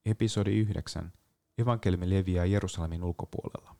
Episodi 9. Evankeliumi leviää Jerusalemin ulkopuolella.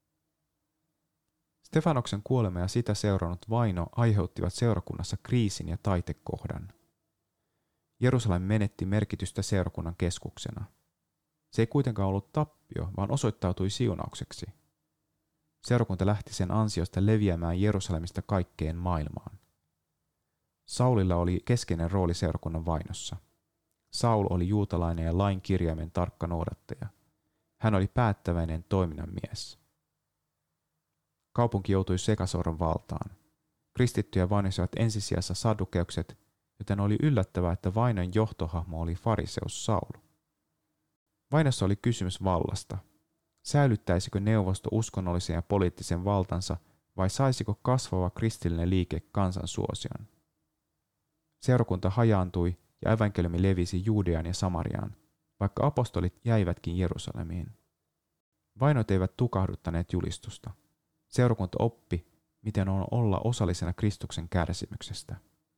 Stefanoksen kuolema ja sitä seurannut vaino aiheuttivat seurakunnassa kriisin ja taitekohdan. Jerusalem menetti merkitystä seurakunnan keskuksena. Se ei kuitenkaan ollut tappio, vaan osoittautui siunaukseksi. Seurakunta lähti sen ansiosta leviämään Jerusalemista kaikkeen maailmaan. Saulilla oli keskeinen rooli seurakunnan vainossa. Saul oli juutalainen ja lain kirjaimen tarkka noudattaja. Hän oli päättäväinen toiminnan mies. Kaupunki joutui sekasorron valtaan. Kristittyjä vainosivat ensisijassa saddukeukset, joten oli yllättävää, että vainon johtohahmo oli fariseus Saul. Vainossa oli kysymys vallasta. Säilyttäisikö neuvosto uskonnollisen ja poliittisen valtansa vai saisiko kasvava kristillinen liike kansan suosion? Seurakunta hajaantui ja evankeliumi levisi Juudeaan ja Samariaan, vaikka apostolit jäivätkin Jerusalemiin. Vainot eivät tukahduttaneet julistusta. Seurakunta oppi, miten on olla osallisena Kristuksen kärsimyksestä.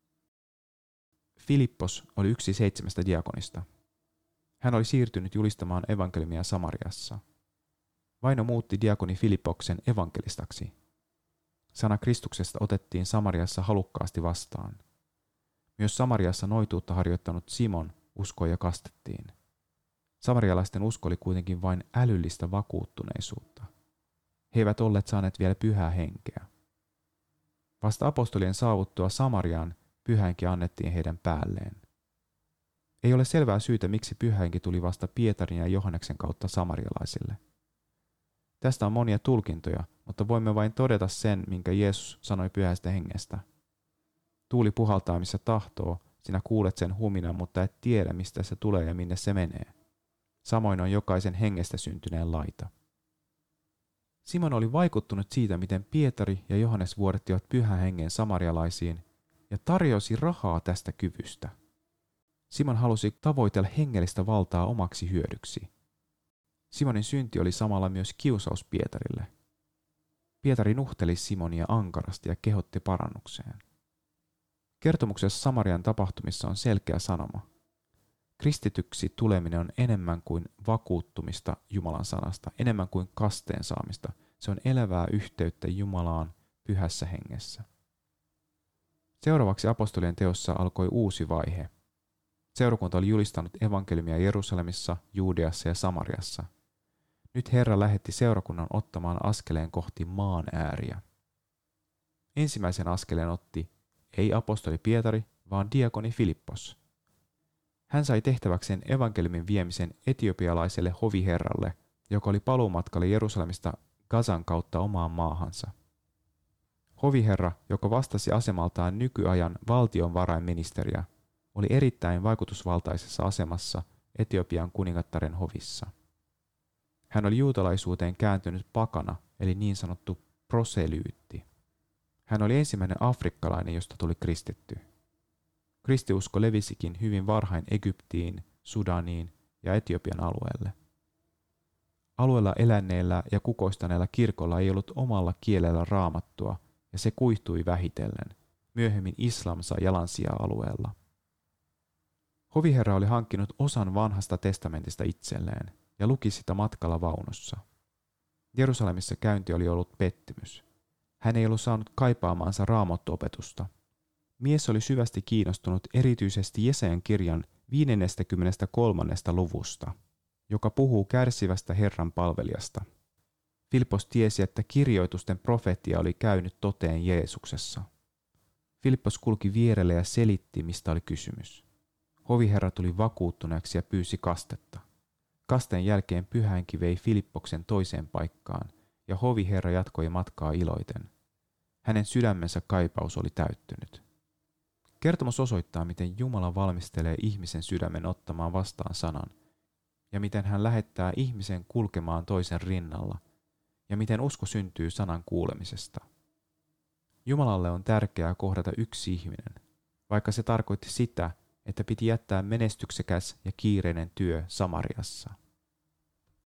Filippos oli yksi 7 diakonista. Hän oli siirtynyt julistamaan evankeliumia Samariassa. Vaino muutti diakoni Filippoksen evankelistaksi. Sana Kristuksesta otettiin Samariassa halukkaasti vastaan. Myös Samariassa noituutta harjoittanut Simon uskoi ja kastettiin. Samarialaisten usko oli kuitenkin vain älyllistä vakuuttuneisuutta. He eivät olleet saaneet vielä pyhää henkeä. Vasta apostolien saavuttua Samariaan pyhä henki annettiin heidän päälleen. Ei ole selvää syytä, miksi pyhä henki tuli vasta Pietarin ja Johanneksen kautta samarialaisille. Tästä on monia tulkintoja, mutta voimme vain todeta sen, minkä Jeesus sanoi pyhästä hengestä. Tuuli puhaltaa missä tahtoo, sinä kuulet sen huminan, mutta et tiedä mistä se tulee ja minne se menee. Samoin on jokaisen hengestä syntyneen laita. Simon oli vaikuttunut siitä, miten Pietari ja Johannes vuodattivat pyhän hengen samarialaisiin ja tarjosi rahaa tästä kyvystä. Simon halusi tavoitella hengellistä valtaa omaksi hyödyksi. Simonin synti oli samalla myös kiusaus Pietarille. Pietari nuhteli Simonia ankarasti ja kehotti parannukseen. Kertomuksessa Samarian tapahtumissa on selkeä sanoma. Kristityksi tuleminen on enemmän kuin vakuuttumista Jumalan sanasta, enemmän kuin kasteen saamista. Se on elävää yhteyttä Jumalaan pyhässä hengessä. Seuraavaksi apostolien teossa alkoi uusi vaihe. Seurakunta oli julistanut evankeliumia Jerusalemissa, Juudeassa ja Samariassa. Nyt Herra lähetti seurakunnan ottamaan askeleen kohti maan ääriä. Ensimmäisen askeleen otti ei apostoli Pietari, vaan diakoni Filippos. Hän sai tehtäväkseen evankeliumin viemisen etiopialaiselle hoviherralle, joka oli paluumatkalla Jerusalemista Gazan kautta omaan maahansa. Hoviherra, joka vastasi asemaltaan nykyajan valtionvarainministeriä, oli erittäin vaikutusvaltaisessa asemassa Etiopian kuningattaren hovissa. Hän oli juutalaisuuteen kääntynyt pakana, eli niin sanottu proselyytti. Hän oli ensimmäinen afrikkalainen, josta tuli kristitty. Kristiusko levisikin hyvin varhain Egyptiin, Sudaniin ja Etiopian alueelle. Alueella elänneellä ja kukoistaneella kirkolla ei ollut omalla kielellä raamattua, ja se kuihtui vähitellen. Myöhemmin islam sai jalansijaa alueella. Hoviherra oli hankkinut osan vanhasta testamentista itselleen ja luki sitä matkalla vaunussa. Jerusalemissa käynti oli ollut pettymys. Hän ei ollut saanut kaipaamaansa raamattuopetusta. Mies oli syvästi kiinnostunut erityisesti Jesajan kirjan 53. luvusta, joka puhuu kärsivästä Herran palvelijasta. Filippos tiesi, että kirjoitusten profeetia oli käynyt toteen Jeesuksessa. Filippos kulki vierelle ja selitti, mistä oli kysymys. Hoviherra tuli vakuuttuneeksi ja pyysi kastetta. Kasteen jälkeen pyhä henki vei Filippoksen toiseen paikkaan, ja hoviherra jatkoi matkaa iloiten. Hänen sydämensä kaipaus oli täyttynyt. Kertomus osoittaa, miten Jumala valmistelee ihmisen sydämen ottamaan vastaan sanan, ja miten hän lähettää ihmisen kulkemaan toisen rinnalla, ja miten usko syntyy sanan kuulemisesta. Jumalalle on tärkeää kohdata yksi ihminen, vaikka se tarkoitti sitä, että piti jättää menestyksekäs ja kiireinen työ Samariassa.